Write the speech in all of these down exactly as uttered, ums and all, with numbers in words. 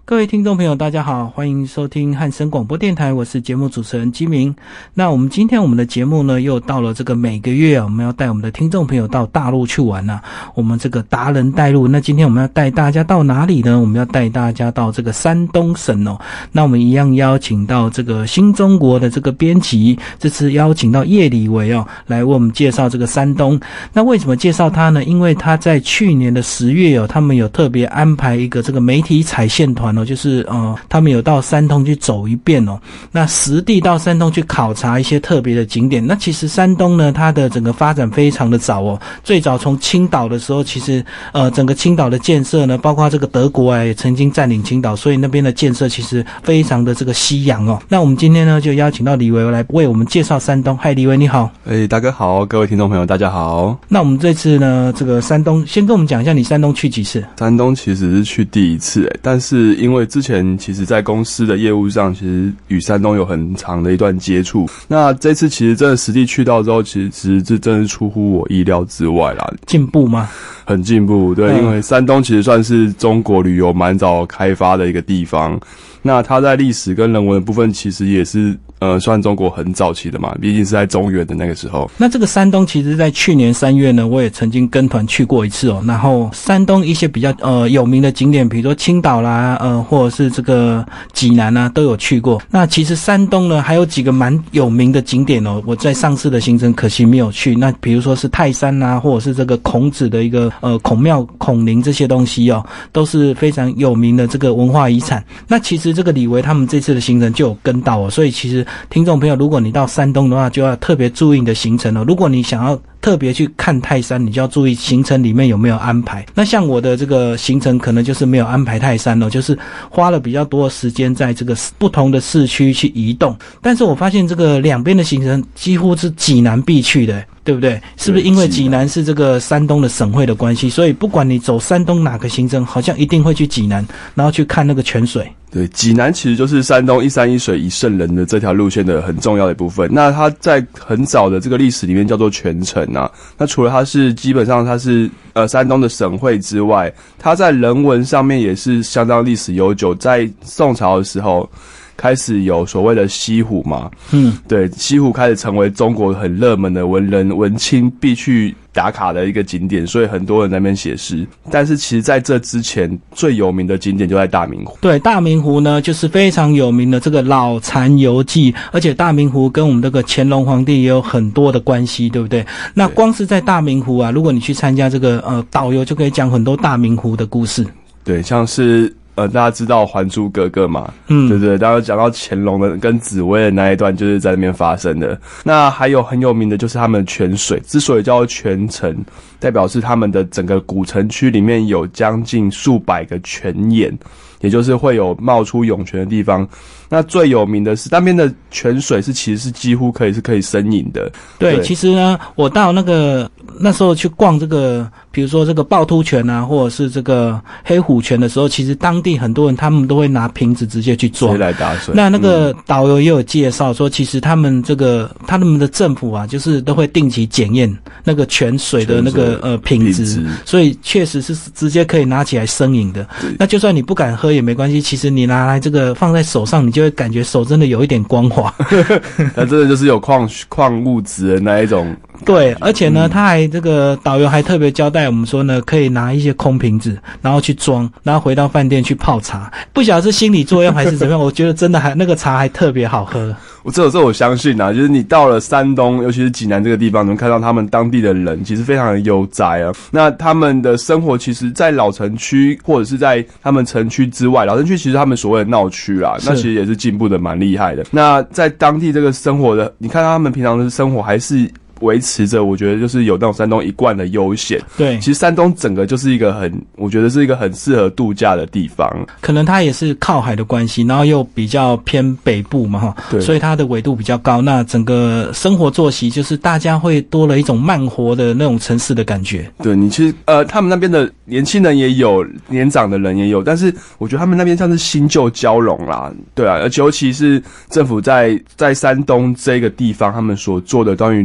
各位听众朋友大家好，欢迎收听汉声广播电台，我是节目主持人基明。那我们今天我们的节目呢又到了这个每个月啊，我们要带我们的听众朋友到大陆去玩啊，我们这个达人带路。那今天我们要带大家到哪里呢？我们要带大家到这个山东省哦。那我们一样邀请到这个新中国的这个编辑，这次邀请到叶礼维哦来为我们介绍这个山东。那为什么介绍他呢？因为他在去年的十月哦，他们有特别安排一个这个媒体踩线团哦，就是呃，他们有到山东去走一遍哦。那实地到山东去考察一些特别的景点。那其实山东呢，它的整个发展非常的早哦。最早从青岛的时候，其实呃，整个青岛的建设呢，包括这个德国啊，也曾经占领青岛，所以那边的建设其实非常的这个西洋哦。那我们今天呢，就邀请到李维来为我们介绍山东。嗨，李维你好。 哎，大哥好，各位听众朋友大家好。 那我们这次呢，这个山东，先跟我们讲一下你山东去几次？ 山东其实是去第一次，哎，但是因为之前其实在公司的业务上，其实与山东有很长的一段接触。那这次其实真的实地去到之后，其实这真的是出乎我意料之外啦。 进步吗？ 很进步，对，因为山东其实算是中国旅游蛮早开发的一个地方。那它在历史跟人文的部分，其实也是呃算中国很早期的嘛，毕竟是在中原的那个时候。 那这个山东其实在去年三月呢，我也曾经跟团去过一次哦。然后山东一些比较呃有名的景点，比如说青岛啦，呃或者是这个济南啊，都有去过。那其实山东呢还有几个蛮有名的景点哦，我在上次的行程可惜没有去。那比如说是泰山啊，或者是这个孔子的一个呃孔庙、孔陵这些东西哦，都是非常有名的这个文化遗产。那其实这个李维他们这次的行程就有跟到哦，所以其实听众朋友，如果你到山东的话，就要特别注意你的行程哦。如果你想要特别去看泰山，你就要注意行程里面有没有安排。那像我的这个行程可能就是没有安排泰山哦，就是花了比较多的时间在这个不同的市区去移动。但是我发现这个两边的行程几乎是济南必去的，对不对？是不是因为济南是这个山东的省会的关系，所以不管你走山东哪个行程，好像一定会去济南，然后去看那个泉水。 对，济南其实就是山东一山一水一圣人的这条路线的很重要的一部分。那它在很早的这个历史里面叫做泉城啊。那除了它是基本上它是呃山东的省会之外，它在人文上面也是相当历史悠久。在宋朝的时候，开始有所谓的西湖嘛，嗯，对，西湖开始成为中国很热门的文人文青必去打卡的一个景点，所以很多人在那边写诗。但是其实在这之前最有名的景点就在大明湖。 对，大明湖呢就是非常有名的这个老残游记，而且大明湖跟我们这个乾隆皇帝也有很多的关系，对不对？那光是在大明湖啊，如果你去参加这个呃导游，就可以讲很多大明湖的故事。 对，像是呃，大家知道《还珠格格》嘛？嗯，对对，大家讲到乾隆的跟紫薇的那一段，就是在那边发生的。那还有很有名的就是他们的泉水，之所以叫做泉城，代表是他们的整个古城区里面有将近数百个泉眼，也就是会有冒出涌泉的地方。那最有名的是那边的泉水是其实是几乎可以是可以生饮的。 对，对其实呢，我到那个那时候去逛这个，比如说这个趵突泉啊，或者是这个黑虎泉的时候，其实当地很多人他们都会拿瓶子直接去装， 直接来打水。 那那个导游也有介绍说，其实他们这个他们的政府啊，就是都会定期检验那个泉水的那个呃品质，所以确实是直接可以拿起来生饮的。那就算你不敢喝也没关系，其实你拿来这个放在手上，你就会感觉手真的有一点光滑。 那真的就是有矿矿物质的那一种。 对，而且呢，他还这个导游还特别交代我们说呢，可以拿一些空瓶子，然后去装，然后回到饭店去泡茶。不晓得是心理作用还是怎么样，我觉得真的还那个茶还特别好喝。 我这这我相信啊，就是你到了山东，尤其是济南这个地方，能看到他们当地的人其实非常的悠哉啊。那他们的生活其实，在老城区或者是在他们城区之外，老城区其实他们所谓的闹区啦，那其实也是进步的蛮厉害的。那在当地这个生活的，你看到他们平常的生活还是维持着，我觉得就是有那种山东一贯的悠闲。对，其实山东整个就是一个很，我觉得是一个很适合度假的地方。 可能它也是靠海的关系，然后又比较偏北部嘛，哈，对，所以它的纬度比较高。那整个生活作息就是大家会多了一种慢活的那种城市的感觉。 对，你其实呃，他们那边的年轻人也有，年长的人也有，但是我觉得他们那边像是新旧交融啦，对啊，而且尤其是政府在在山东这个地方，他们所做的关于旅游建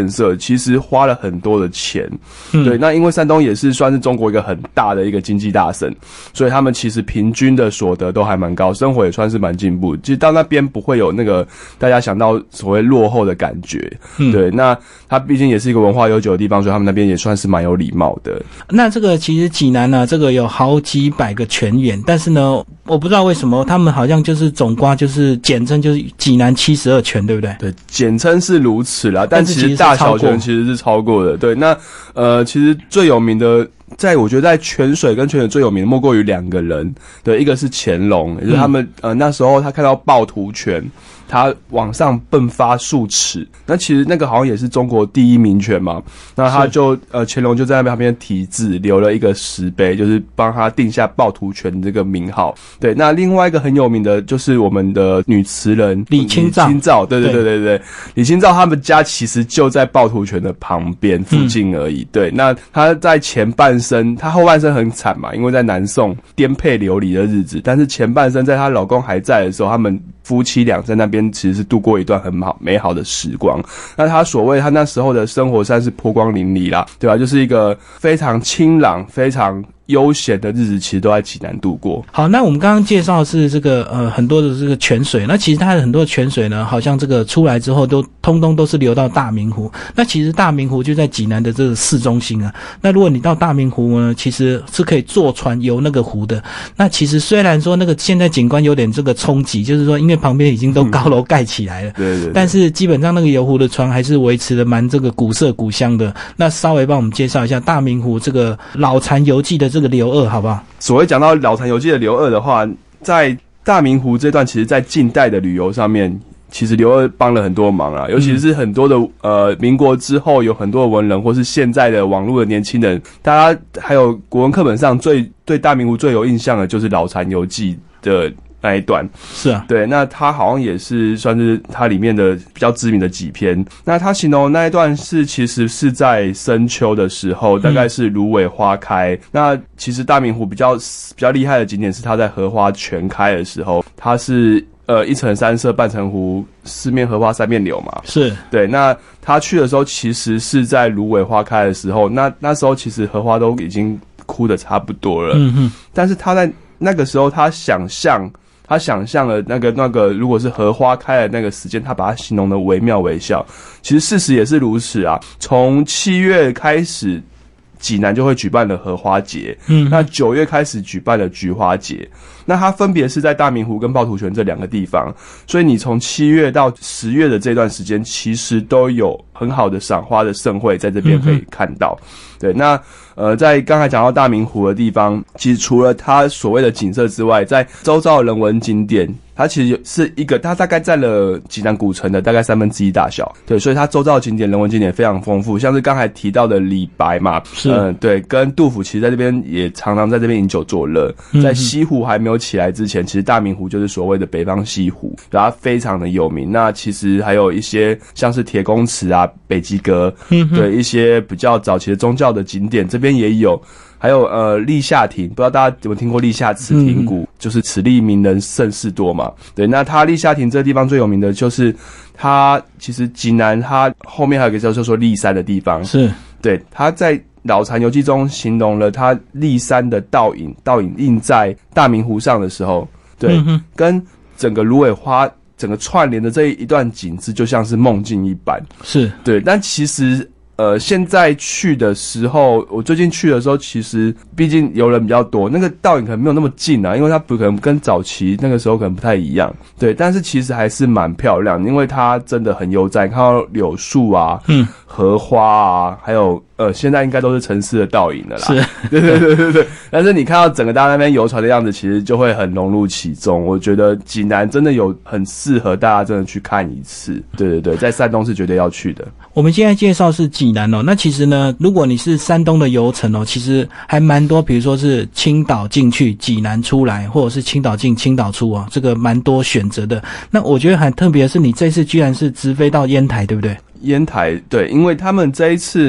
建设，其实花了很多的钱。 嗯、 对，那因为山东也是算是中国一个很大的一个经济大省，所以他们其实平均的所得都还蛮高，生活也算是蛮进步。其实到那边不会有那个大家想到所谓落后的感觉。嗯、对，那它毕竟也是一个文化悠久的地方，所以他们那边也算是蛮有礼貌的。 那这个其实济南呢、啊，这个有好几百个泉眼，但是呢，我不知道为什么他们好像就是总括就是简称就是济南七十二泉，对不对？ 对，简称是如此啦，但其实大小泉其实是超过的。对，那呃，其实最有名的，在我觉得在泉水跟泉水最有名的莫过于两个人，对，一个是乾隆，也就是他们、嗯、呃那时候他看到趵突泉。它往上迸发数尺，那其实那个好像也是中国第一名泉嘛。那他就呃乾隆就在那边旁边题字，留了一个石碑，就是帮他定下趵突泉这个名号。对，那另外一个很有名的就是我们的女词人李清照。 李清照，对对对对对，李清照他们家其实就在趵突泉的旁边附近而已。嗯、对，那他在前半生，他后半生很惨嘛，因为在南宋颠沛流离的日子，但是前半生在她老公还在的时候，他们夫妻俩在那边其实是度过一段很好美好的时光。那他所谓他那时候的生活算是波光粼粼啦，对吧？就是一个非常清朗、非常悠闲的日子，其实都在济南度过。 好，那我们刚刚介绍的是这个呃很多的这个泉水，那其实它的很多泉水呢，好像这个出来之后都通通都是流到大明湖。那其实大明湖就在济南的这个市中心啊。那如果你到大明湖呢，其实是可以坐船游那个湖的。那其实虽然说那个现在景观有点这个冲击，就是说因为旁边已经都高楼盖起来了， 嗯、对, 对对， 但是基本上那个游湖的船还是维持的蛮这个古色古香的。那稍微帮我们介绍一下大明湖这个老残游记的这个流二好不好？ 所谓讲到老残游记的流二的话，在大明湖这段，其实在近代的旅游上面，其实流二帮了很多忙啊，尤其是很多的呃民国之后有很多的文人，或是现在的网络的年轻人，大家还有国文课本上最对大明湖最有印象的就是老残游记的那一段。 是啊， 对，那他好像也是算是他里面的比较知名的几篇。那他形容那一段是其实是在深秋的时候，大概是芦苇花开。嗯、那其实大明湖比较比较厉害的景点是它在荷花全开的时候，它是呃一城山色半城湖，四面荷花三面柳嘛。 是对，那他去的时候其实是在芦苇花开的时候，那那时候其实荷花都已经枯得差不多了。嗯哼，但是他在那个时候他想象。他想象了那个那个，如果是荷花开的那个时间，他把它形容的惟妙惟肖。其实事实也是如此啊。从七月开始，济南就会举办了荷花节，嗯，那九月开始举办了菊花节。那它分别是在大明湖跟趵突泉这两个地方，所以你从七月到十月的这段时间，其实都有很好的赏花的盛会在这边可以看到。嗯、对，那呃，在刚才讲到大明湖的地方，其实除了它所谓的景色之外，在周遭的人文景点，它其实是一个，它大概占了济南古城的大概三分之一大小。对，所以它周遭的景点、人文景点非常丰富，像是刚才提到的李白嘛， 是， 嗯、呃，对，跟杜甫其实在这边也常常在这边饮酒作乐。嗯、在西湖还没有起来之前，其实大明湖就是所谓的北方西湖，它非常的有名。那其实还有一些像是铁公祠啊、北极阁，嗯、对，一些比较早期的宗教的景点，这边也有。还有呃立夏亭，不知道大家有没有听过立夏祠亭谷，嗯、就是此地名人甚是多嘛。对，那它立夏亭这个地方最有名的就是它其实济南它后面还有一个叫做说立山的地方， 是对， 它在老残游记中形容了它立山的倒影，倒影映在大明湖上的时候，对，嗯、跟整个芦苇花整个串联的这一段景致就像是梦境一般， 是对， 但其实。呃，现在去的时候，我最近去的时候，其实毕竟游人比较多，那个倒影可能没有那么近啊，因为它不可能跟早期那个时候可能不太一样，对，但是其实还是蛮漂亮，因为它真的很悠哉，看到柳树啊，嗯，荷花啊，还有呃，现在应该都是城市的倒影了啦， 是， 对对对对对，但是你看到整个大家那边游船的样子，其实就会很融入其中。我觉得济南真的有很适合大家真的去看一次，对对对，在山东是绝对要去的。 我们现在介绍是济南哦，那其实呢，如果你是山东的游程哦，其实还蛮多，比如说是青岛进去，济南出来，或者是青岛进青岛出哦，这个蛮多选择的。那我觉得很特别的是，你这次居然是直飞到烟台，对不对？ 烟台，对，因为他们这一次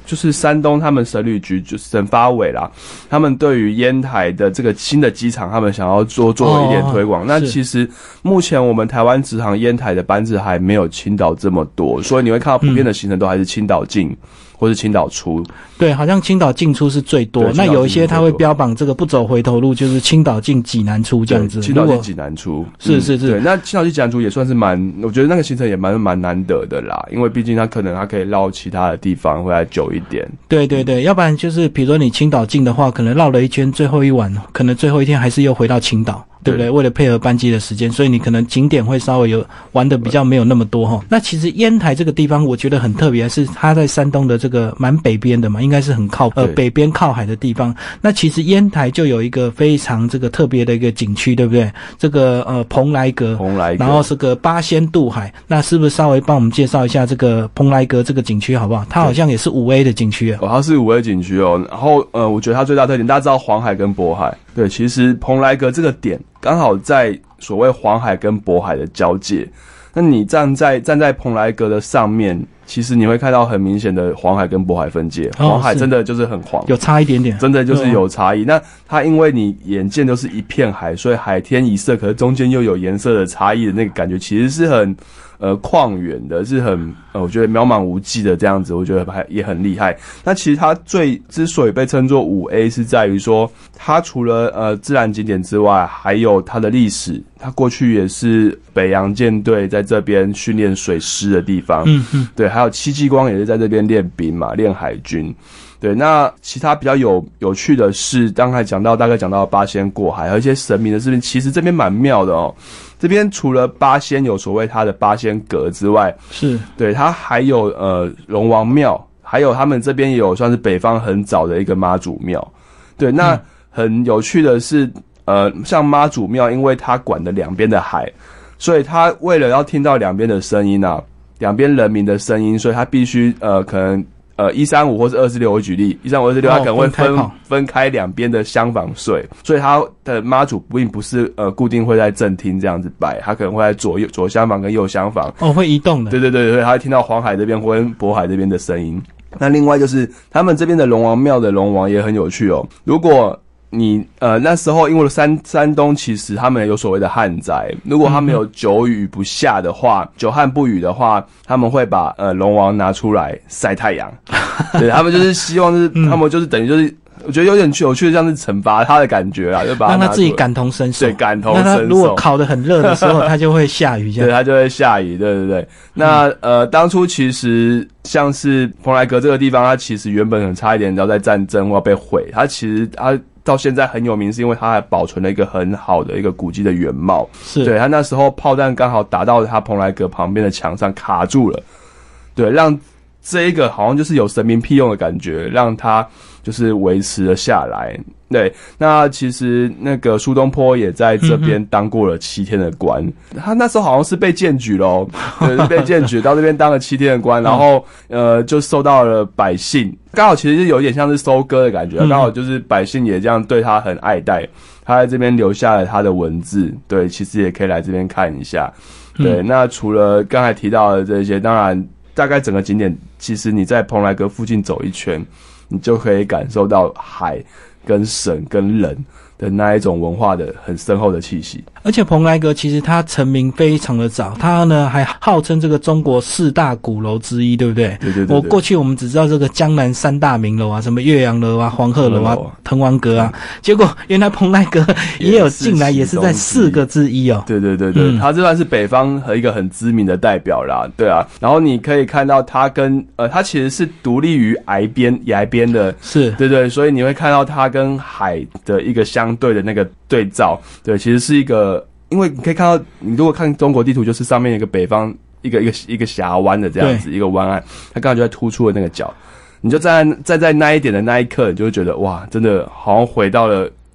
就是山东他们省旅局就是省发委啦，他们对于烟台的这个新的机场，他们想要做做一点推广。哦、那其实目前我们台湾直航烟台的班次还没有青岛这么多，所以你会看到普遍的行程都还是青岛进。嗯或是青岛出， 对，好像青岛进出是最多。那有一些他会标榜这个不走回头路，就是青岛进济南出这样子。 青岛进济南出， 是是是。 对，那青岛进济南出也算是蛮，我觉得那个行程也蛮蛮难得的啦，因为毕竟它可能它可以绕其他的地方回来久一点。 对对对，要不然就是比如说你青岛进的话，可能绕了一圈，最后一晚，可能最后一天还是又回到青岛。对不对？为了配合班机的时间，所以你可能景点会稍微有玩的比较没有那么多哈。那其实烟台这个地方，我觉得很特别，是它在山东的这个蛮北边的嘛，应该是很靠呃北边靠海的地方。那其实烟台就有一个非常这个特别的一个景区，对不对？这个呃蓬莱阁， 蓬莱阁， 然后是个八仙渡海。那是不是稍微帮我们介绍一下这个蓬莱阁这个景区好不好？它好像也是五 A 的景区啊。 哦，它是五 A 景区哦。然后呃，我觉得它最大特点，大家知道黄海跟渤海，对，其实蓬莱阁这个点。刚好在所谓黄海跟渤海的交界，那你站在站在蓬莱阁的上面，其实你会看到很明显的黄海跟渤海分界。 哦、 黄海真的就是很黄， 有差一点点， 真的就是有差异。那它因为你眼见都是一片海，所以海天一色，可是中间又有颜色的差异的那个感觉，其实是很呃旷远的，是很呃我觉得渺茫无际的这样子，我觉得还也很厉害。那其实它最之所以被称作五 A， 是在于说它除了呃自然景点之外，还有它的历史。它过去也是北洋舰队在这边训练水师的地方， 嗯嗯， 对，还有戚继光也是在这边练兵嘛，练海军。对，那其他比较有有趣的是，刚才讲到大概讲到八仙过海，还有一些神明的事情，其实这边蛮妙的哦。这边除了八仙有所谓它的八仙阁之外， 是对它还有呃龙王庙，还有他们这边也有算是北方很早的一个妈祖庙。对，那很有趣的是，呃，像妈祖庙，因为它管的两边的海，所以它为了要听到两边的声音啊，两边人民的声音，所以它必须呃可能。呃，一三五或是二四六，我举例，一三五、二四六，它可能会分、哦、分开两边的厢房睡，所以它的妈祖并不是呃固定会在正厅这样子摆，它可能会在左右左厢房跟右厢房， 哦，会移动的。 对对对对，它会听到黄海这边或渤海这边的声音。那另外就是他们这边的龙王庙的龙王也很有趣哦，如果你呃那时候因为山山东其实他们有所谓的旱灾，如果他们有久雨不下的话，嗯、久旱不雨的话，他们会把呃龙王拿出来晒太阳，对他们就是希望是、嗯、他们就是等于就是我觉得有点有趣的像是惩罚他的感觉啊，就把他让他自己感同身受， 对，感同身受。 那他如果烤得很热的时候，他就会下雨这样， 对，他就会下雨，对对对。那、嗯、呃当初其实像是蓬莱阁这个地方，它其实原本很差一点，然后在战争或要被毁，它其实它。到现在很有名，是因为它还保存了一个很好的一个古迹的原貌。 是， 对，它那时候炮弹刚好打到它蓬莱阁旁边的墙上卡住了，对，让这一个好像就是有神明庇佑的感觉，让它就是维持了下来。对，那其实那个苏东坡也在这边当过了七天的官，嗯、他那时候好像是被荐举咯，对，被荐举到这边当了七天的官，然后呃就受到了百姓，刚好其实有点像是收割的感觉，刚好就是百姓也这样对他很爱戴，他在这边留下了他的文字，对，其实也可以来这边看一下。对，嗯、那除了刚才提到的这些，当然大概整个景点，其实你在蓬莱阁附近走一圈，你就可以感受到海。跟神跟人的那一种文化的很深厚的气息， 而且蓬莱阁其实它成名非常的早，它呢还号称这个中国四大鼓楼之一，对不对？ 对对 对, 对。 我过去我们只知道这个江南三大名楼啊，什么岳阳楼啊、黄鹤楼啊、滕王阁啊，结果原来蓬莱阁也有进来，也是在四个之一哦。 对对对对，嗯、它这算是北方和一个很知名的代表啦，对啊。然后你可以看到它跟呃，它其实是独立于崖边崖边的， 是对对，所以你会看到它跟海的一个相对的那个对照，对，其实是一个，因为你可以看到，你如果看中国地图，就是上面有一个北方一个一个一个峡湾的这样子一个湾岸，它刚好就在突出了那个角，你就站在站在那一点的那一刻，你就会觉得哇，真的好像回到了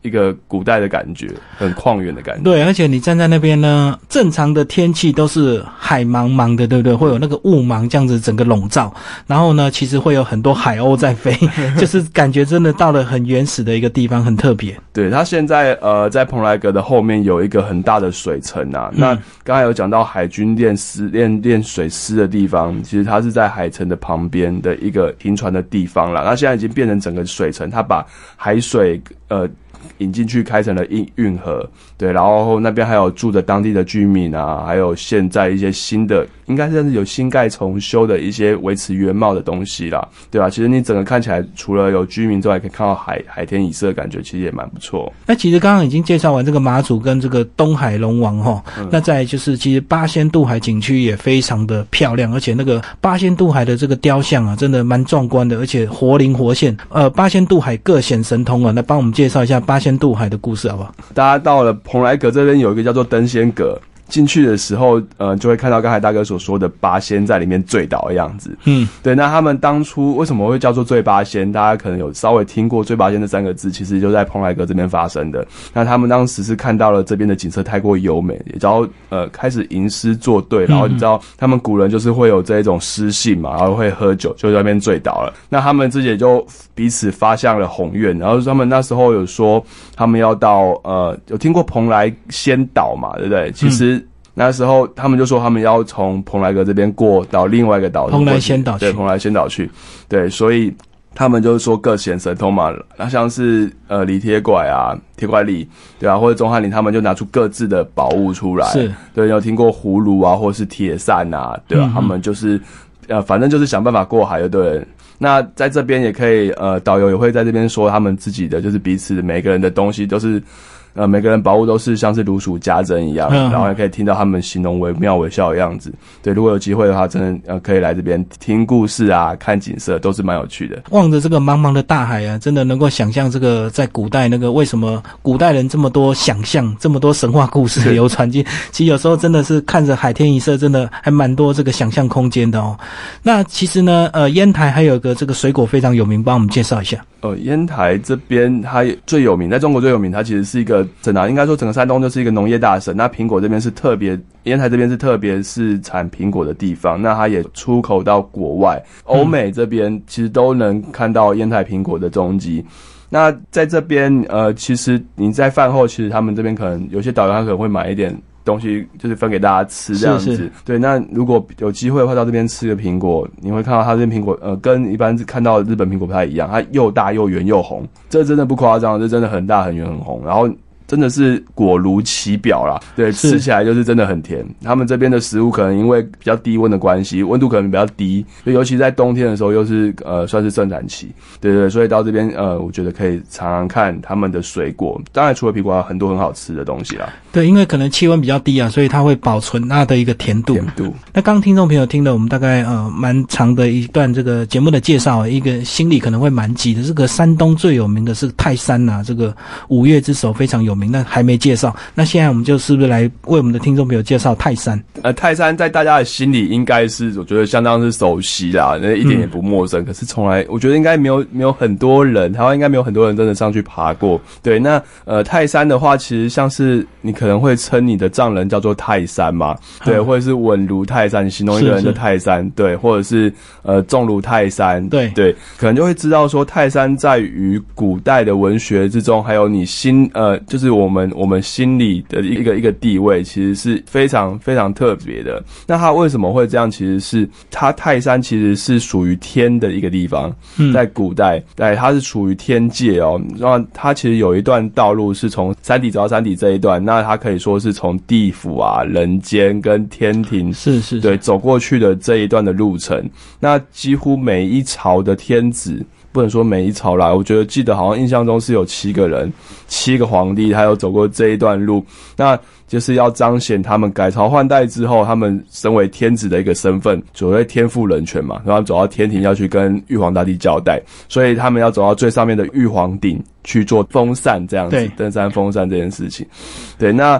一个古代的感觉，很旷远的感觉。 对，而且你站在那边呢，正常的天气都是海茫茫的，对不对？会有那个雾茫这样子整个笼罩，然后呢，其实会有很多海鸥在飞，就是感觉真的到了很原始的一个地方，很特别。 对，它现在呃在蓬莱阁的后面有一个很大的水城啊。嗯、那刚才有讲到海军练丝练练水师的地方，其实它是在海城的旁边的一个停船的地方啦。那现在已经变成整个水城，它把海水呃引进去开成了运运河，对，然后那边还有住的当地的居民啊，还有现在一些新的，应该是有新盖重修的一些维持原貌的东西啦，对吧、啊？其实你整个看起来，除了有居民之外，可以看到海海天一色的感觉，其实也蛮不错。 那其实刚刚已经介绍完这个马祖跟这个东海龙王齁、嗯，那再来就是其实八仙渡海景区也非常的漂亮，而且那个八仙渡海的这个雕像啊，真的蛮壮观的，而且活灵活现。呃，八仙渡海各显神通啊，那帮我们介绍一下八仙渡海的故事好不好？ 大家到了蓬莱阁这边有一个叫做登仙阁。进去的时候，呃，就会看到刚才大哥所说的八仙在里面醉倒的样子。嗯，对。那他们当初为什么会叫做醉八仙？大家可能有稍微听过醉八仙这三个字，其实就在蓬莱阁这边发生的。那他们当时是看到了这边的景色太过优美，然后呃开始吟诗作对，然后你知道他们古人就是会有这一种诗性嘛，然后会喝酒，就在那边醉倒了。那他们自己也就彼此发向了宏愿，然后他们那时候有说他们要到呃有听过蓬莱仙岛嘛，对不对？其实。嗯那时候他们就说他们要从蓬莱阁这边过到另外一个岛， 蓬莱仙岛去， 对，蓬莱仙岛去，对，所以他们就是说各显神通嘛，那像是呃李铁拐啊、铁拐李，对啊，或者钟汉林，他们就拿出各自的宝物出来，是，对，有听过葫芦啊，或是铁扇啊，对啊，嗯、他们就是呃反正就是想办法过海，就对了。那在这边也可以，呃，导游也会在这边说他们自己的，就是彼此每个人的东西都是。呃，每个人宝物都是像是如数家珍一样，嗯、然后也可以听到他们形容惟妙惟肖的样子。对，如果有机会的话，真的呃可以来这边听故事啊，看景色，都是蛮有趣的。 望着这个茫茫的大海啊，真的能够想象这个在古代那个为什么古代人这么多想象，这么多神话故事流传进。其实有时候真的是看着海天一色，真的还蛮多这个想象空间的哦。那其实呢，呃，烟台还有个这个水果非常有名，帮我们介绍一下。 呃，烟台这边它最有名，在中国最有名，它其实是一个整啊，应该说整个山东就是一个农业大省。那苹果这边是特别，烟台这边是特别是产苹果的地方。那它也出口到国外，欧美这边其实都能看到烟台苹果的踪迹。那在这边，呃，其实你在饭后，其实他们这边可能有些导游他可能会买一点。东西就是分给大家吃这样子，是是对。那如果有机会的话，到这边吃个苹果，你会看到它这边苹果，呃，跟一般看到的日本苹果不太一样，它又大又圆又红，这真的不夸张，这真的很大很圆很红，然后。真的是果如其表啦，对，吃起来就是真的很甜。他们这边的食物可能因为比较低温的关系，温度可能比较低，尤其在冬天的时候又是呃算是盛产期，对对对，所以到这边呃，我觉得可以尝尝看他们的水果。当然除了苹果，还有很多很好吃的东西啦。 对，因为可能气温比较低啊，所以它会保存它的一个甜度。 甜度。 那刚听众朋友听了我们大概呃蛮长的一段这个节目的介绍，一个心里可能会蛮急的。这个山东最有名的是泰山呐、啊，这个五岳之首非常有名，那还没介绍。那现在我们就是不是来为我们的听众朋友介绍泰山？ 呃，泰山在大家的心里应该是我觉得相当是熟悉啦，那一点也不陌生。嗯、可是从来我觉得应该没有没有很多人，台湾应该没有很多人真的上去爬过。对，那呃泰山的话，其实像是你可能会称你的丈人叫做泰山嘛，对，嗯、或者是稳如泰山，形容一个人的泰山，对，或者是呃重如泰山， 对对，可能就会知道说泰山在于古代的文学之中，还有你心呃就是我们我们心里的一个一个地位，其实是非常非常特别的。那它为什么会这样？其实是它泰山其实是属于天的一个地方，嗯、在古代，对，它是属于天界哦。然后它其实有一段道路是从山底走到山底这一段，那它可以说是从地府啊、人间跟天庭是是对走过去的这一段的路程。那几乎每一朝的天子。不能说每一朝啦，我觉得记得好像印象中是有七个人，七个皇帝，还有走过这一段路，那就是要彰显他们改朝换代之后，他们身为天子的一个身份，所谓天赋人权嘛，然后走到天庭要去跟玉皇大帝交代，所以他们要走到最上面的玉皇顶去做封禅，这样子登山封禅这件事情。对，那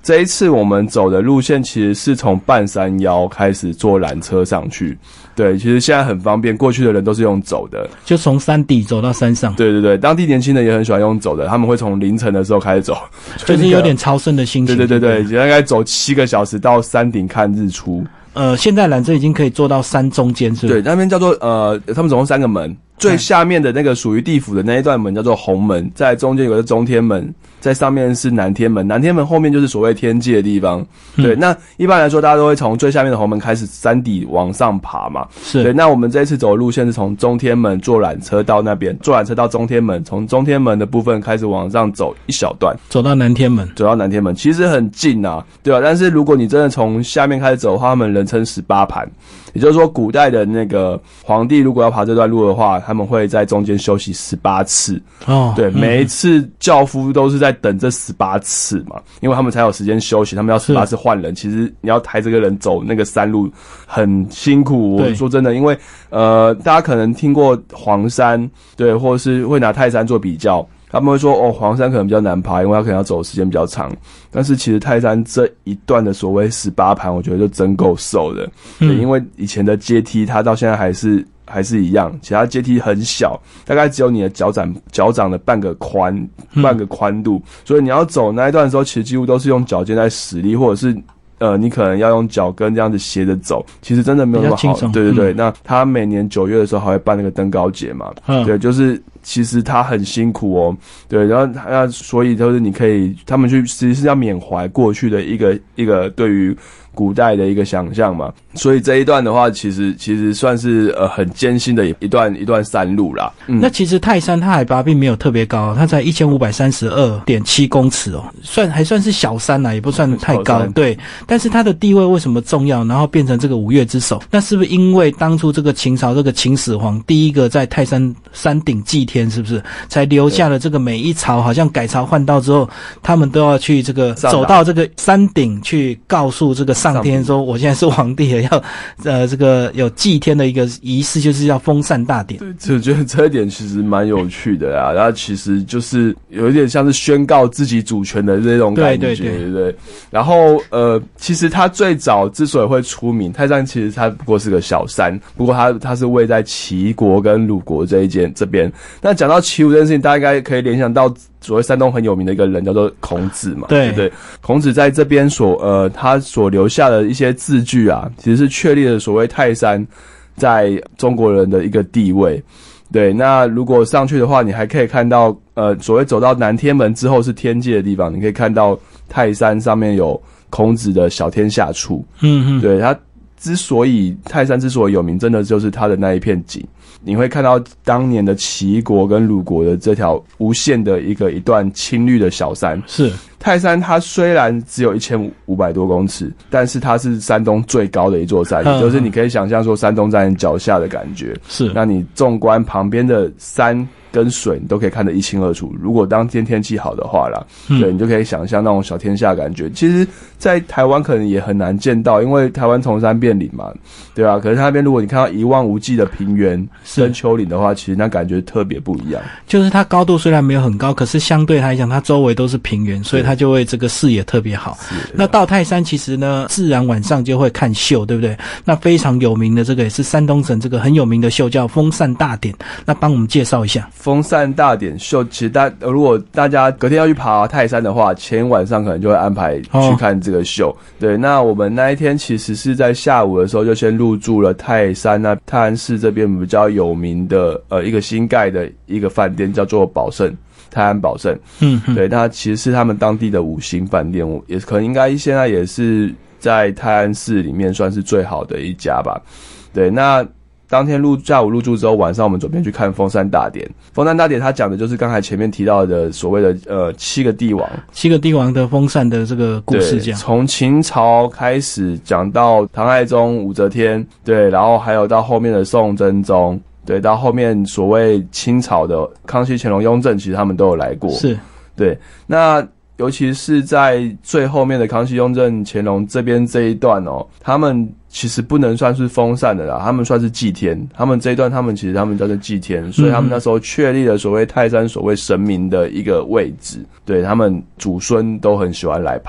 这一次我们走的路线其实是从半山腰开始坐缆车上去。对，其实现在很方便，过去的人都是用走的， 就从山底走到山上。 对对对，当地年轻人也很喜欢用走的，他们会从凌晨的时候开始走， 就是有点朝圣的心情。 对对对对，大概走七个小时到山顶看日出。 呃，现在缆车已经可以坐到山中间，是不是？ 对，那边叫做呃，他们总共三个门，最下面的那个属于地府的那一段门叫做红门，在中间有个中天门，在上面是南天门，南天门后面就是所谓天界的地方。嗯、对，那一般来说大家都会从最下面的红门开始山底往上爬嘛。 是。 对，那我们这一次走的路线是从中天门坐缆车到那边，坐缆车到中天门，从中天门的部分开始往上走一小段， 走到南天门， 走到南天门，其实很近啊，对吧、啊？但是如果你真的从下面开始走的话，他们人称十八盘。也就是说，古代的那个皇帝如果要爬这段路的话，他们会在中间休息十八次。哦，对，嗯、每一次轿夫都是在等这十八次嘛，因为他们才有时间休息，他们要十八次换人。其实你要抬这个人走那个山路很辛苦。我说真的，因为呃，大家可能听过黄山，对，或者是会拿泰山做比较。他们会说哦，黄山可能比较难爬，因为它可能要走的时间比较长。但是其实泰山这一段的所谓十八盘，我觉得就真够瘦的。嗯、对，因为以前的阶梯它到现在还是还是一样，其他阶梯很小，大概只有你的脚掌脚掌的半个宽半个宽度，嗯、所以你要走那一段的时候，其实几乎都是用脚尖在使力，或者是。呃，你可能要用脚跟这样子斜着走，其实真的没有那么好。对对对，嗯、那他每年九月的时候还会办那个登高节嘛，嗯、对，就是其实他很辛苦哦，对，然后那所以就是你可以他们去其实是要缅怀过去的一个一个对于古代的一个想象嘛，所以这一段的话，其实其实算是呃很艰辛的一段一段山路啦。 嗯、那其实泰山它海拔并没有特别高，它才一千五百三十二点七公尺哦，算还算是小山啦，也不算太高。对，但是它的地位为什么重要？然后变成这个五岳之首，那是不是因为当初这个秦朝这个秦始皇第一个在泰山山顶祭天，是不是才留下了这个每一朝好像改朝换代之后，他们都要去这个走到这个山顶去告诉这个上天说我现在是皇帝了，要呃这个有祭天的一个仪式，就是要封禅大典。 对，我觉得这一点其实蛮有趣的啦，然后其实就是有一点像是宣告自己主权的这种感觉，对对 对, 对, 对。然后呃，其实他最早之所以会出名，泰山其实它不过是个小山，不过它它是位在齐国跟鲁国这一间这边。那讲到齐鲁这件事情，大家应该可以联想到所谓山东很有名的一个人叫做孔子嘛，对不对？孔子在这边所呃他所留下的一些字句啊，其实是确立了所谓泰山在中国人的一个地位。对，那如果上去的话，你还可以看到呃所谓走到南天门之后是天界的地方，你可以看到泰山上面有孔子的小天下处。嗯嗯，对，他之所以泰山之所以有名，真的就是他的那一片景。你会看到当年的齐国跟鲁国的这条无限的一个一段青绿的小山。是泰山，它虽然只有一千五百多公尺，但是它是山东最高的一座山，也就是你可以想象说山东在你脚下的感觉。是，那你纵观旁边的山跟水，你都可以看得一清二楚。如果当天天气好的话啦，嗯、对，你就可以想象那种小天下的感觉。其实，在台湾可能也很难见到，因为台湾从山变岭嘛，对吧、啊？可是它那边如果你看到一望无际的平原跟丘陵的话，其实那感觉特别不一样。就是它高度虽然没有很高，可是相对来讲，它周围都是平原，所以它就会这个视野特别好。那到泰山其实呢，自然晚上就会看秀，对不对？那非常有名的这个也是山东省这个很有名的秀，叫封禅大典。那帮我们介绍一下。封禅大典秀，其实大如果大家隔天要去爬泰山的话，前晚上可能就会安排去看这个秀。哦、对，那我们那一天其实是在下午的时候就先入住了泰山那泰安市这边比较有名的呃一个新盖的一个饭店，叫做宝盛。泰安宝盛，嗯，对，那其实是他们当地的五星饭店，我也可能应该现在也是在泰安市里面算是最好的一家吧。对，那当天入下午入住之后，晚上我们准备去看封禅大典。封禅大典它讲的就是刚才前面提到的所谓的呃七个帝王，七个帝王的封禅的这个故事这样。从秦朝开始讲到唐太宗、武则天，对，然后还有到后面的宋真宗。对，到后面所谓清朝的康熙、乾隆、雍正，其实他们都有来过。是，对。那尤其是在最后面的康熙、雍正、乾隆这边这一段哦，他们其实不能算是封禅的啦，他们算是祭天。他们这一段，他们其实他们叫做祭天，所以他们那时候确立了所谓泰山所谓神明的一个位置。对，他们祖孙都很喜欢来爬。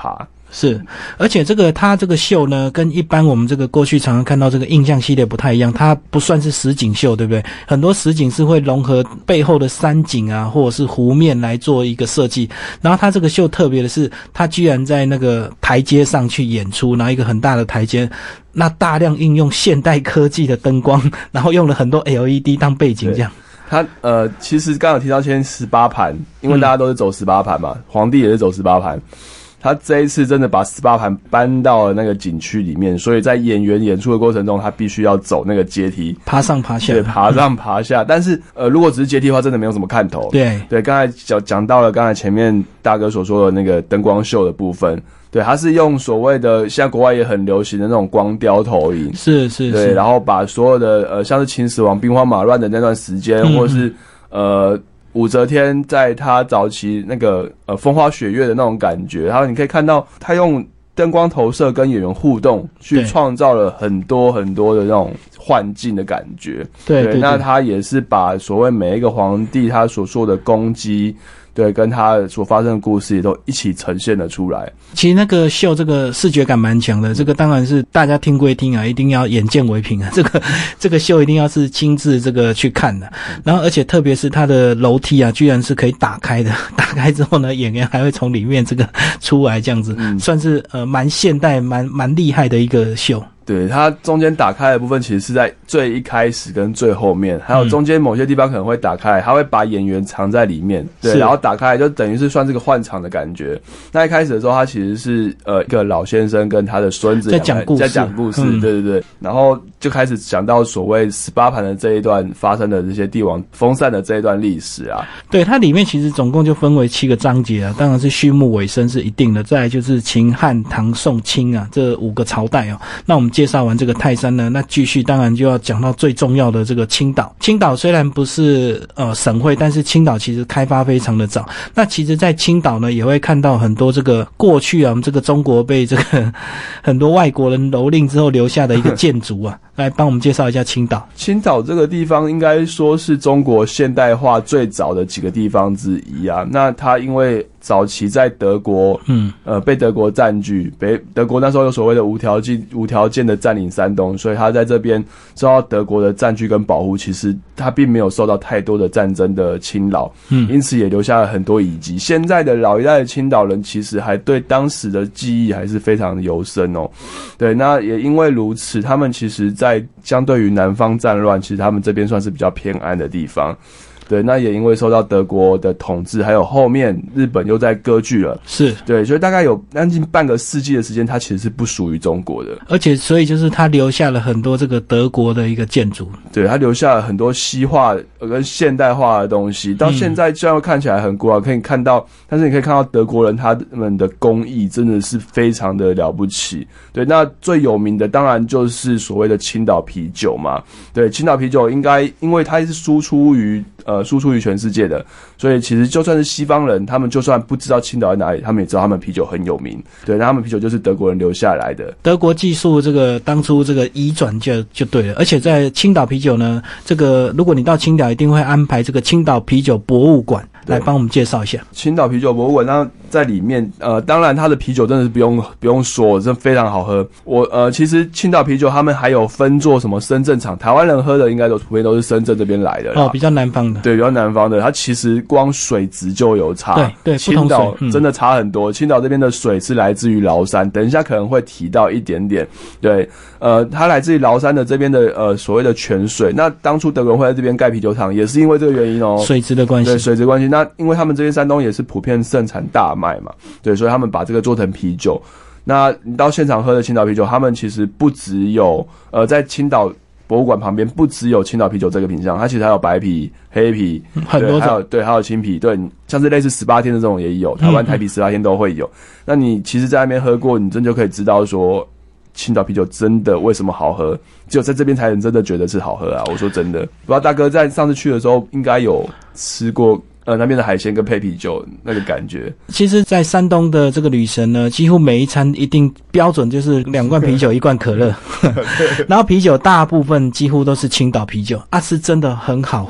是，而且这个它这个秀呢，跟一般我们这个过去常常看到这个印象系列不太一样，它不算是实景秀，对不对？很多实景是会融合背后的山景啊，或者是湖面来做一个设计。然后它这个秀特别的是，它居然在那个台阶上去演出，然后一个很大的台阶，那大量应用现代科技的灯光，然后用了很多 L E D 当背景这样。 他呃，其实刚刚有提到先十八盘，因为大家都是走十八盘嘛，嗯、皇帝也是走十八盘。他这一次真的把十八盘搬到了那个景区里面，所以在演员演出的过程中，他必须要走那个阶梯， 爬上爬下， 对，爬上爬下。但是呃，如果只是阶梯的话，真的没有什么看头。 对对， 刚才讲讲到了刚才前面大哥所说的那个灯光秀的部分。对，他是用所谓的现在国外也很流行的那种光雕投影， 是是是， 对，然后把所有的呃像是秦始皇兵荒马乱的那段时间，嗯、或者是呃武则天在他早期那个呃风花雪月的那种感觉，然后你可以看到他用灯光投射跟演员互动，去创造了很多很多的那种幻境的感觉。 对， 对， 对， 那他也是把所谓每一个皇帝他所做的功绩。对，跟他所发生的故事也都一起呈现了出来。 其实那个秀这个视觉感蛮强的，这个当然是大家听归听啊，一定要眼见为凭啊。这个这个秀一定要是亲自这个去看的。然后而且特别是它的楼梯啊，居然是可以打开的，打开之后呢，演员还会从里面这个出来，这样子，嗯、算是呃蛮现代、蛮蛮厉害的一个秀。 对，它中间打开的部分其实是在最一开始跟最后面，还有中间某些地方可能会打开，它会把演员藏在里面，对，然后打开就等于是算是个换场的感觉。那一开始的时候，他其实是呃一个老先生跟他的孙子在讲故事， 在讲故事， 嗯、 对对对，然后就开始讲到所谓十八盘的这一段发生的这些帝王封禅的这一段历史啊。 对，它里面其实总共就分为七个章节啊，当然是序幕尾声是一定的，再来就是秦汉唐宋清啊这五个朝代哦。那我们介绍完这个泰山呢，那继续当然就要讲到最重要的这个青岛。青岛虽然不是呃省会，但是青岛其实开发非常的早。那其实在青岛呢，也会看到很多这个过去啊，我们这个中国被这个很多外国人蹂躏之后留下的一个建筑啊。来帮我们介绍一下青岛。 青岛这个地方应该说是中国现代化最早的几个地方之一啊。那它因为早期在德国，嗯，呃，被德国占据，北德国那时候有所谓的无条件无条件的占领山东，所以它在这边受到德国的占据跟保护，其实它并没有受到太多的战争的侵扰，嗯，因此也留下了很多遗迹。现在的老一代的青岛人其实还对当时的记忆还是非常的犹深哦。对，那也因为如此，他们其实在相对于南方战乱，其实他们这边算是比较偏安的地方。对，那也因为受到德国的统治，还有后面日本又在割据了， 是对， 所以大概有将近半个世纪的时间，它其实是不属于中国的。 而且，所以就是它留下了很多这个德国的一个建筑， 对，它留下了很多西化跟现代化的东西。到现在虽然看起来很古老，可以看到，但是你可以看到德国人他们的工艺真的是非常的了不起。对，那最有名的当然就是所谓的青岛啤酒嘛。对，青岛啤酒应该因为它是输出于呃。输出于全世界的，所以其实就算是西方人，他们就算不知道青岛在哪里，他们也知道他们啤酒很有名。对，那他们啤酒就是德国人留下来的。 德国技术这个当初这个移转就就对了，而且在青岛啤酒呢，这个如果你到青岛，一定会安排这个青岛啤酒博物馆来帮我们介绍一下。 青岛啤酒博物馆，那在里面，呃，当然它的啤酒真的是不用不用说，真的非常好喝。我呃，其实青岛啤酒他们还有分做什么深圳厂，台湾人喝的应该都普遍都是深圳这边来的啦， 哦，比较南方的。 对，比较南方的，它其实光水质就有差。 对对， 青岛真的差很多。嗯、青岛这边的水是来自于崂山，等一下可能会提到一点点。对，呃，它来自于崂山的这边的呃所谓的泉水。那当初德国人会在这边盖啤酒厂，也是因为这个原因哦， 水质的关系。 对，水质关系。那因为他们这边山东也是普遍盛产大麦嘛，对，所以他们把这个做成啤酒。那你到现场喝的青岛啤酒，他们其实不只有呃在青岛博物馆旁边不只有青岛啤酒这个品项，它其实还有白啤、黑啤， 很多种， 还有对，还有青啤，对，像是类似十八天的这种也有，台湾台啤十八天都会有。嗯、那你其实在那边喝过，你真就可以知道说，青岛啤酒真的为什么好喝，只有在这边才能真的觉得是好喝啊！我说真的，不知道大哥在上次去的时候应该有吃过。呃，那边的海鲜跟配啤酒那个感觉， 其实，在山东的这个旅程呢，几乎每一餐一定标准就是两罐啤酒，一罐可乐，然后啤酒大部分几乎都是青岛啤酒啊，是真的很好喝。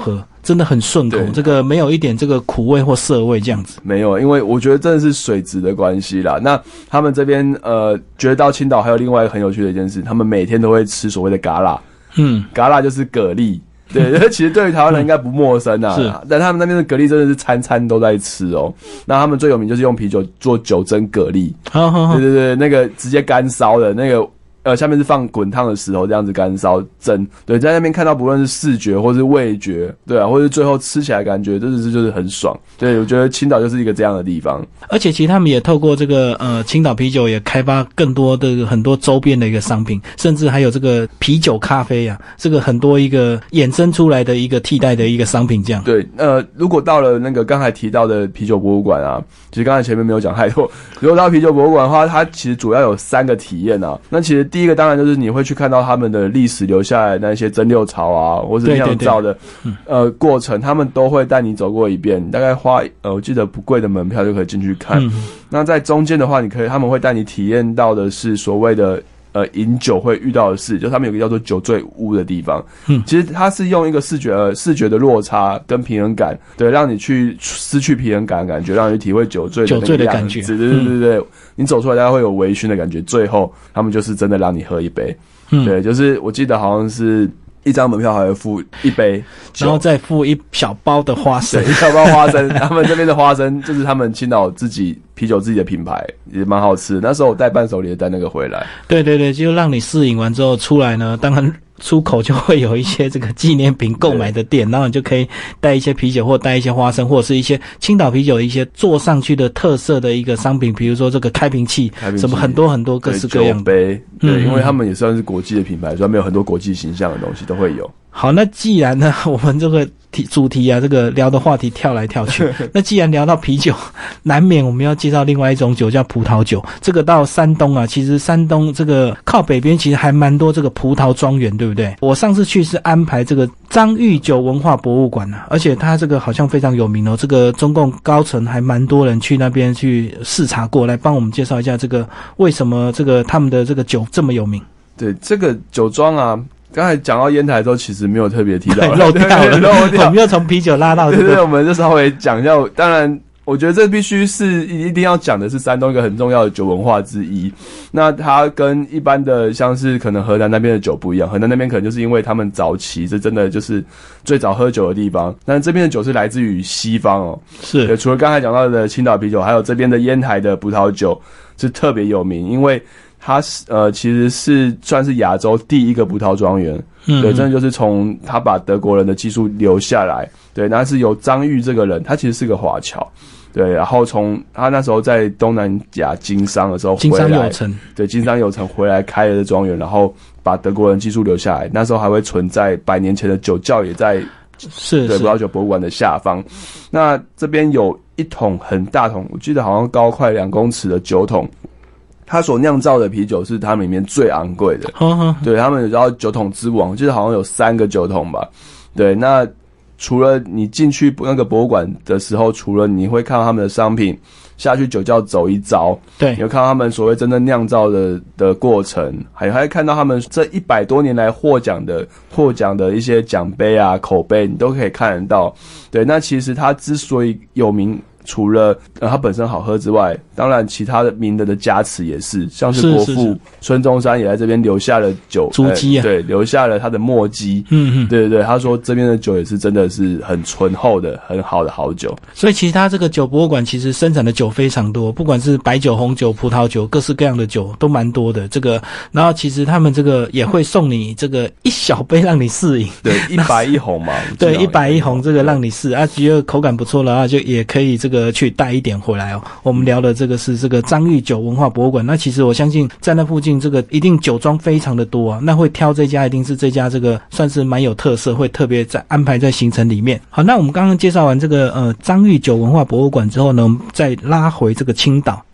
真的很顺口，这个没有一点这个苦味或涩味这样子。 没有，因为我觉得真的是水质的关系啦。那他们这边呃，觉得到青岛还有另外一个很有趣的一件事，他们每天都会吃所谓的嘎啦，嗯，嘎啦就是蛤蜊。对，其实对于台湾人应该不陌生啊，是，但他们那边的蛤蜊真的是餐餐都在吃哦。那他们最有名就是用啤酒做酒蒸蛤蜊，好好好，对对对，那个直接干烧的那个。呃，下面是放滚烫的石头，这样子干烧蒸。对，在那边看到不论是视觉或是味觉，对啊，或是最后吃起来感觉，真的是就是很爽。对，我觉得青岛就是一个这样的地方。 而且其实他们也透过这个呃青岛啤酒也开发更多的很多周边的一个商品，甚至还有这个啤酒咖啡啊，这个很多一个衍生出来的一个替代的一个商品这样。 对，呃，如果到了那个刚才提到的啤酒博物馆啊，其实刚才前面没有讲太多。如果到啤酒博物馆的话，它其实主要有三个体验啊。那其实第一个当然就是你会去看到他们的历史留下来的那些蒸馏槽啊，或是酿造的呃过程，他们都会带你走过一遍，大概花呃我记得不贵的门票就可以进去看。嗯、那在中间的话，你可以他们会带你体验到的是所谓的呃饮酒会遇到的事，就他们有个叫做酒醉屋的地方。嗯，其实它是用一个视觉呃视觉的落差跟平衡感，对，让你去失去平衡感的感觉，让你体会酒醉的那个酒醉的感觉。 对对对对对。嗯，你走出来大概会有微醺的感觉，最后他们就是真的让你喝一杯。嗯，对，就是我记得好像是一张门票还会付一杯， 然后再付一小包的花生， 对，一小包花生。他们这边的花生就是他们青岛自己啤酒自己的品牌，也蛮好吃的。那时候我带伴手礼带那个回来， 对对对，就让你试饮完之后出来呢，当然出口就会有一些这个纪念品购买的店，然后你就可以带一些啤酒或带一些花生，或者是一些青岛啤酒的一些做上去的特色的一个商品，比如说这个开瓶器，开瓶器什么很多很多各式各样的酒杯，对，嗯、因为他们也算是国际的品牌，所以他们有很多国际形象的东西都会有。 好，那既然呢，我们这个题主题啊，这个聊的话题跳来跳去，那既然聊到啤酒，难免我们要介绍另外一种酒叫葡萄酒。这个到山东啊，其实山东这个靠北边其实还蛮多这个葡萄庄园，对不对？我上次去是安排这个张裕酒文化博物馆啊，而且它这个好像非常有名哦，这个中共高层还蛮多人去那边去视察过，来帮我们介绍一下这个为什么这个他们的这个酒这么有名。 对，这个酒庄啊。刚才讲到烟台的时候，其实没有特别提到， 漏掉了，漏掉。我们又从啤酒拉到这个， 对对，我们就稍微讲一下。当然，我觉得这必须是一定要讲的是山东一个很重要的酒文化之一。那它跟一般的像是可能河南那边的酒不一样，河南那边可能就是因为他们早期这真的就是最早喝酒的地方，但是这边的酒是来自于西方哦。 是， 对，除了刚才讲到的青岛啤酒，还有这边的烟台的葡萄酒是特别有名，因为它是呃其实是算是亚洲第一个葡萄庄园。嗯，对，真的就是从他把德国人的技术留下来，对，那是由张裕这个人，他其实是个华侨，对，然后从他那时候在东南亚经商的时候回来， 经商有成， 对，经商有成回来开了这庄园，然后把德国人技术留下来，那时候还会存在百年前的酒窖也在是对葡萄酒博物馆的下方。那这边有一桶很大桶，我记得好像高快两公尺的酒桶。他所酿造的啤酒是他们里面最昂贵的，呵呵对，他们有叫酒桶之王，就是好像有三个酒桶吧。对，那除了你进去那个博物馆的时候，除了你会看到他们的商品，下去酒窖走一遭， 对， 你会看到他们所谓真正酿造的的过程，还还会看到他们这一百多年来获奖的获奖的一些奖杯啊、口碑，你都可以看得到。对，那其实它之所以有名，除了呃它本身好喝之外，当然其他的名人的加持也是，像是国父孙中山也在这边留下了酒足迹啊、呃， 对，留下了他的墨迹。嗯嗯，对对对，他说这边的酒也是真的是很醇厚的、很好的好酒。 所以其实他这个酒博物馆其实生产的酒非常多，不管是白酒、红酒、葡萄酒，各式各样的酒都蛮多的。这个，然后其实他们这个也会送你这个一小杯让你试饮， 对，一白一红嘛， 对，一白一红这个让你试啊，觉得口感不错了啊，就也可以这个。去带一点回来哦。我们聊的这个是这个张裕酒文化博物馆，那其实我相信在那附近这个一定酒庄非常的多啊，那会挑这家一定是这家这个算是蛮有特色，会特别在安排在行程里面。好，那我们刚刚介绍完这个呃张裕酒文化博物馆之后呢，我们再拉回这个青岛。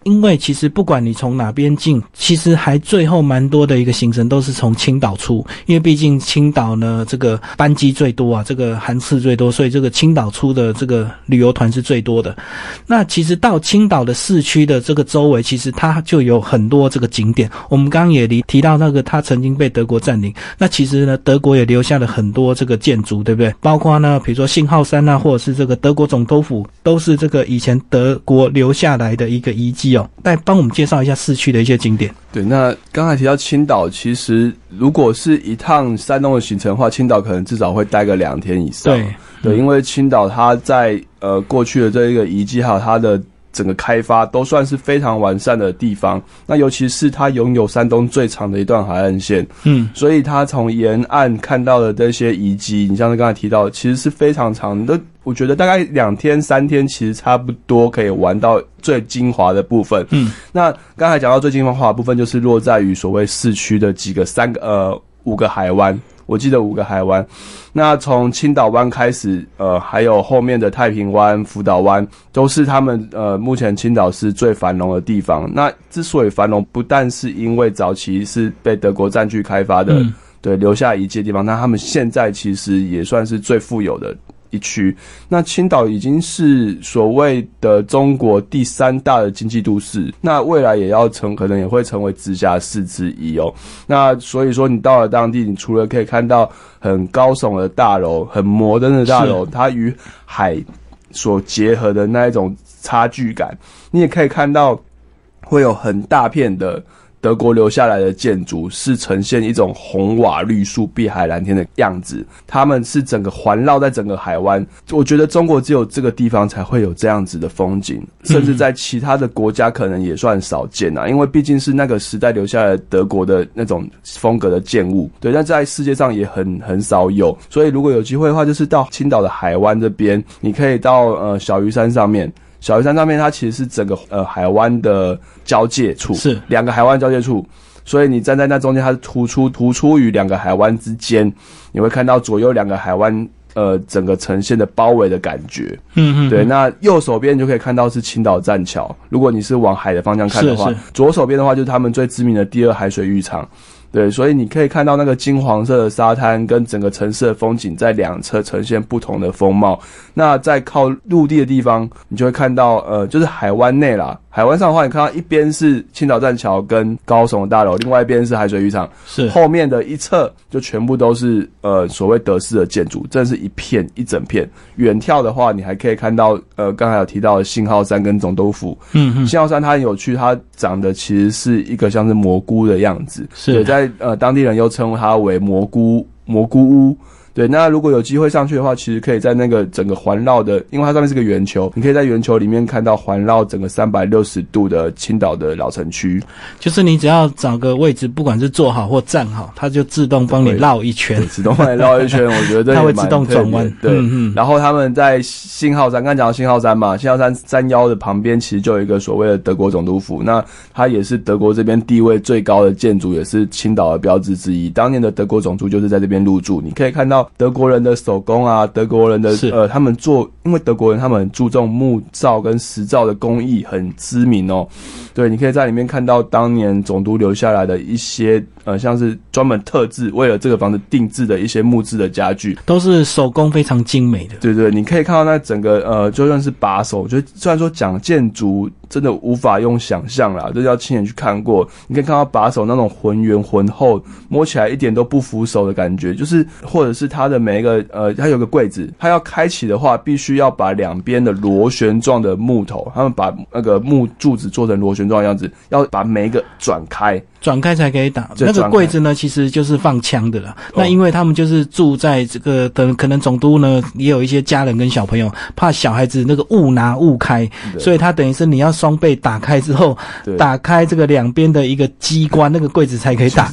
因为其实不管你从哪边进，其实还最后蛮多的一个行程都是从青岛出，因为毕竟青岛呢这个班机最多啊，这个航次最多，所以这个青岛出的这个旅游团是最多的。那其实到青岛的市区的这个周围，其实它就有很多这个景点。我们刚刚也提到那个它曾经被德国占领，那其实呢德国也留下了很多这个建筑，对不对？包括呢比如说信号山啊，或者是这个德国总督府，都是这个以前德国留下来的一个遗迹哦。来帮我们介绍一下市区的一些景点。 对，那刚才提到青岛，其实如果是一趟山东的行程的话，青岛可能至少会待个两天以上。 对， 对，因为青岛它在呃过去的这一个遗迹还有它的整个开发都算是非常完善的地方，那尤其是它拥有山东最长的一段海岸线，嗯，所以它从沿岸看到的这些遗迹，你像是刚才提到的，其实是非常长的，我觉得大概两天三天其实差不多可以玩到最精华的部分。嗯，那刚才讲到最精华的部分，就是落在于所谓市区的几个三个呃五个海湾。我记得五个海湾，那从青岛湾开始，呃，还有后面的太平湾、福岛湾，都是他们呃目前青岛市最繁荣的地方。那之所以繁荣，不但是因为早期是被德国占据开发的，嗯、对，留下遗迹的地方，那他们现在其实也算是最富有的一区。那青岛已经是所谓的中国第三大的经济都市，那未来也要成，可能也会成为直辖市之一哦。那所以说，你到了当地，你除了可以看到很高耸的大楼、很摩登的大楼，它与海所结合的那一种差距感，你也可以看到会有很大片的德国留下来的建筑是呈现一种红瓦绿树碧海蓝天的样子，他们是整个环绕在整个海湾，我觉得中国只有这个地方才会有这样子的风景，甚至在其他的国家可能也算少见啊，因为毕竟是那个时代留下来的德国的那种风格的建物，对，但在世界上也很很少有，所以如果有机会的话，就是到青岛的海湾这边，你可以到呃小鱼山上面。小鱼山上面，它其实是整个呃海湾的交界处，是两个海湾交界处，所以你站在那中间，它是突出突出于两个海湾之间，你会看到左右两个海湾呃整个呈现的包围的感觉。嗯嗯，对。那右手边你就可以看到是青岛栈桥，如果你是往海的方向看的话，左手边的话就是他们最知名的第二海水浴场。对，所以你可以看到那个金黄色的沙滩跟整个城市的风景在两侧呈现不同的风貌。那在靠陆地的地方，你就会看到呃，就是海湾内啦。海湾上的话，你看到一边是青岛栈桥跟高耸的大楼，另外一边是海水浴场，是后面的一侧就全部都是呃所谓德式的建筑，真的是一片一整片。远眺的话，你还可以看到呃刚才有提到的信号山跟总督府。嗯嗯，信号山它很有趣，它长得其实是一个像是蘑菇的样子，是在呃当地人又称它为蘑菇蘑菇屋。对，那如果有机会上去的话，其实可以在那个整个环绕的，因为它上面是个圆球，你可以在圆球里面看到环绕整个三百六十度的青岛的老城区。就是你只要找个位置，不管是坐好或站好，它就自动帮你绕一圈，自动帮你绕一圈。我觉得它会自动转弯。对，嗯嗯。然后他们在信号山，刚才讲到信号山嘛，信号山山腰的旁边其实就有一个所谓的德国总督府，那它也是德国这边地位最高的建筑，也是青岛的标志之一。当年的德国总督就是在这边入住，你可以看到德国人的手工啊，德国人的呃，他们做，因为德国人他们很注重木造跟石造的工艺，很知名哦。对，你可以在里面看到当年总督留下来的一些呃，像是专门特制为了这个房子定制的一些木质的家具，都是手工非常精美的。对对，你可以看到那整个呃，就算是把手，我觉得虽然说讲建筑真的无法用想象啦，就是要亲眼去看过。你可以看到把手那种浑圆浑厚，摸起来一点都不扶手的感觉，就是或者是它的每一个呃，它有个柜子，它要开启的话，必须要把两边的螺旋状的木头，他们把那个木柱子做成螺旋状的样子，要把每一个转开。转开才可以打。那个柜子呢，其实就是放枪的啦。那因为他们就是住在这个等，可能总督呢也有一些家人跟小朋友，怕小孩子那个误拿误开，所以他等于是你要双倍打开之后，打开这个两边的一个机关，那个柜子才可以打开。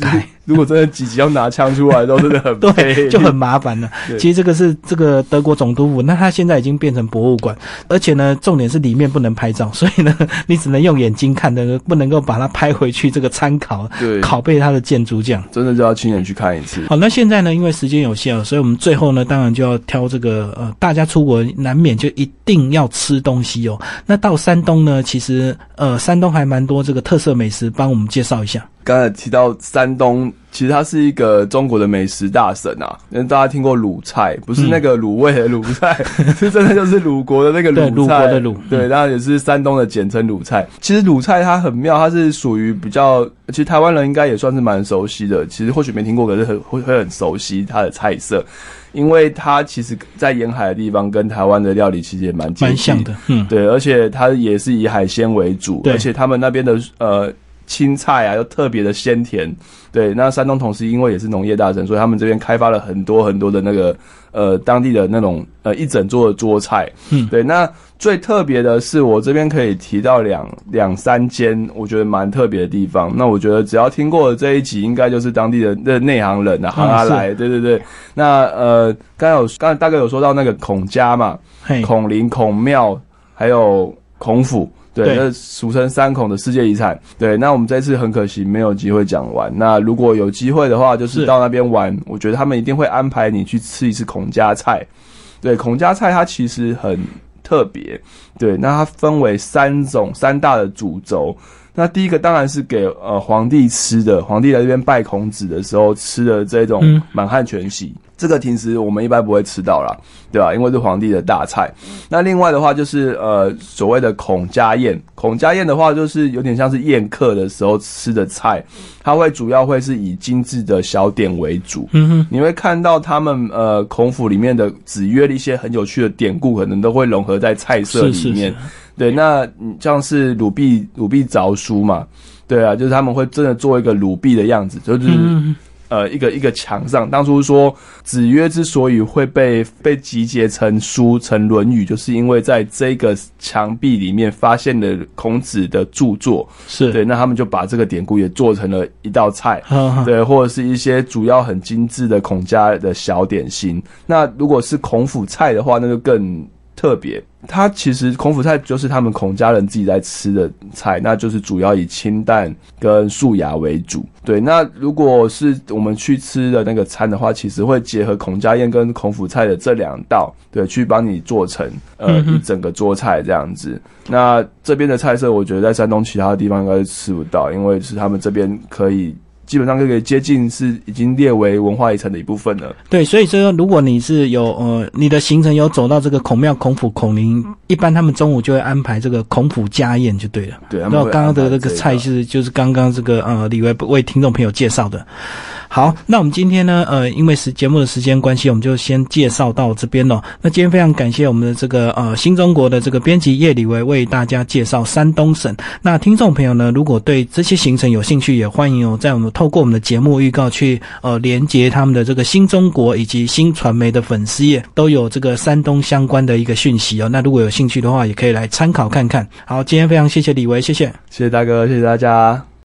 如果真的几集要拿枪出来，都真的很对，就很麻烦了。其实这个是这个德国总督府，那它现在已经变成博物馆，而且呢，重点是里面不能拍照，所以呢，你只能用眼睛看的，不能够把它拍回去，这个参考，对，拷贝它的建筑这样。 真的就要亲眼去看一次。 好，那现在呢，因为时间有限了，所以我们最后呢，当然就要挑这个呃，大家出国难免就一定要吃东西哦。那到山东呢，其实呃，山东还蛮多这个特色美食，帮我们介绍一下。 刚才提到山东，其实它是一个中国的美食大省啊。因为大家听过鲁菜，不是那个卤味的鲁菜，嗯、是真的就是鲁国的那个鲁菜。 对，鲁国的鲁。 对，当然也是山东的简称鲁菜。其实鲁菜它很妙，它是属于比较，其实台湾人应该也算是蛮熟悉的。其实或许没听过，可是很会会很熟悉它的菜色。因为它其实在沿海的地方跟台湾的料理其实也蛮接近， 蛮像的，嗯， 对，而且它也是以海鲜为主，而且他们那边的呃青菜啊又特别的鲜甜，对，那山东同时因为也是农业大省，所以他们这边开发了很多很多的那个呃当地的那种呃一整桌的桌菜，嗯，对，那最特别的是我这边可以提到两两三间我觉得蛮特别的地方，那我觉得只要听过的这一集应该就是当地的的内行人啊，行阿来，对对对，那呃刚才有刚才大概有说到那个孔家嘛，孔林、孔庙还有孔府。对，那俗称三孔的世界遗产。对，那我们这次很可惜没有机会讲完。那如果有机会的话，就是到那边玩，我觉得他们一定会安排你去吃一次孔家菜。对，孔家菜它其实很特别。对，那它分为三种三大的主轴。那第一个当然是给呃皇帝吃的，皇帝来这边拜孔子的时候吃的这种满汉全席。嗯，这个平时我们一般不会吃到啦，对吧？因为是皇帝的大菜。那另外的话就是呃所谓的孔家宴，孔家宴的话就是有点像是宴客的时候吃的菜，它会主要会是以精致的小点为主。嗯哼，你会看到他们呃孔府里面的子曰的一些很有趣的典故，可能都会融合在菜色里面。是是是，对，那像是鲁壁鲁壁凿书嘛，对啊，就是他们会真的做一个鲁壁的样子，就是。嗯，呃，一个一个墙上，当初说子曰之所以会被被集结成书成《论语》，就是因为在这个墙壁里面发现了孔子的著作，是对，那他们就把这个典故也做成了一道菜，呵呵对，或者是一些主要很精致的孔家的小点心。那如果是孔府菜的话，那就更特别。它其实孔府菜就是他们孔家人自己在吃的菜，那就是主要以清淡跟素雅为主。对，那如果是我们去吃的那个餐的话，其实会结合孔家宴跟孔府菜的这两道，对，去帮你做成呃一整个桌菜这样子。那这边的菜色，我觉得在山东其他的地方应该是吃不到，因为是他们这边可以。基本上就可以接近是已经列为文化遗产的一部分了。对，所以说如果你是有呃你的行程有走到这个孔庙、孔府、孔林，一般他们中午就会安排这个孔府家宴就对了。对，然后刚刚的那个菜是就是刚刚这个呃李维为听众朋友介绍的。好，那我们今天呢，呃，因为时节目的时间关系，我们就先介绍到这边了。那今天非常感谢我们的这个呃新中国的这个编辑叶李维为大家介绍山东省。那听众朋友呢，如果对这些行程有兴趣，也欢迎哦，在我们透过我们的节目预告去呃连接他们的这个新中国以及新传媒的粉丝页，都有这个山东相关的一个讯息哦。那如果有兴趣的话，也可以来参考看看。好，今天非常谢谢李维，谢谢，谢谢大哥，谢谢大家。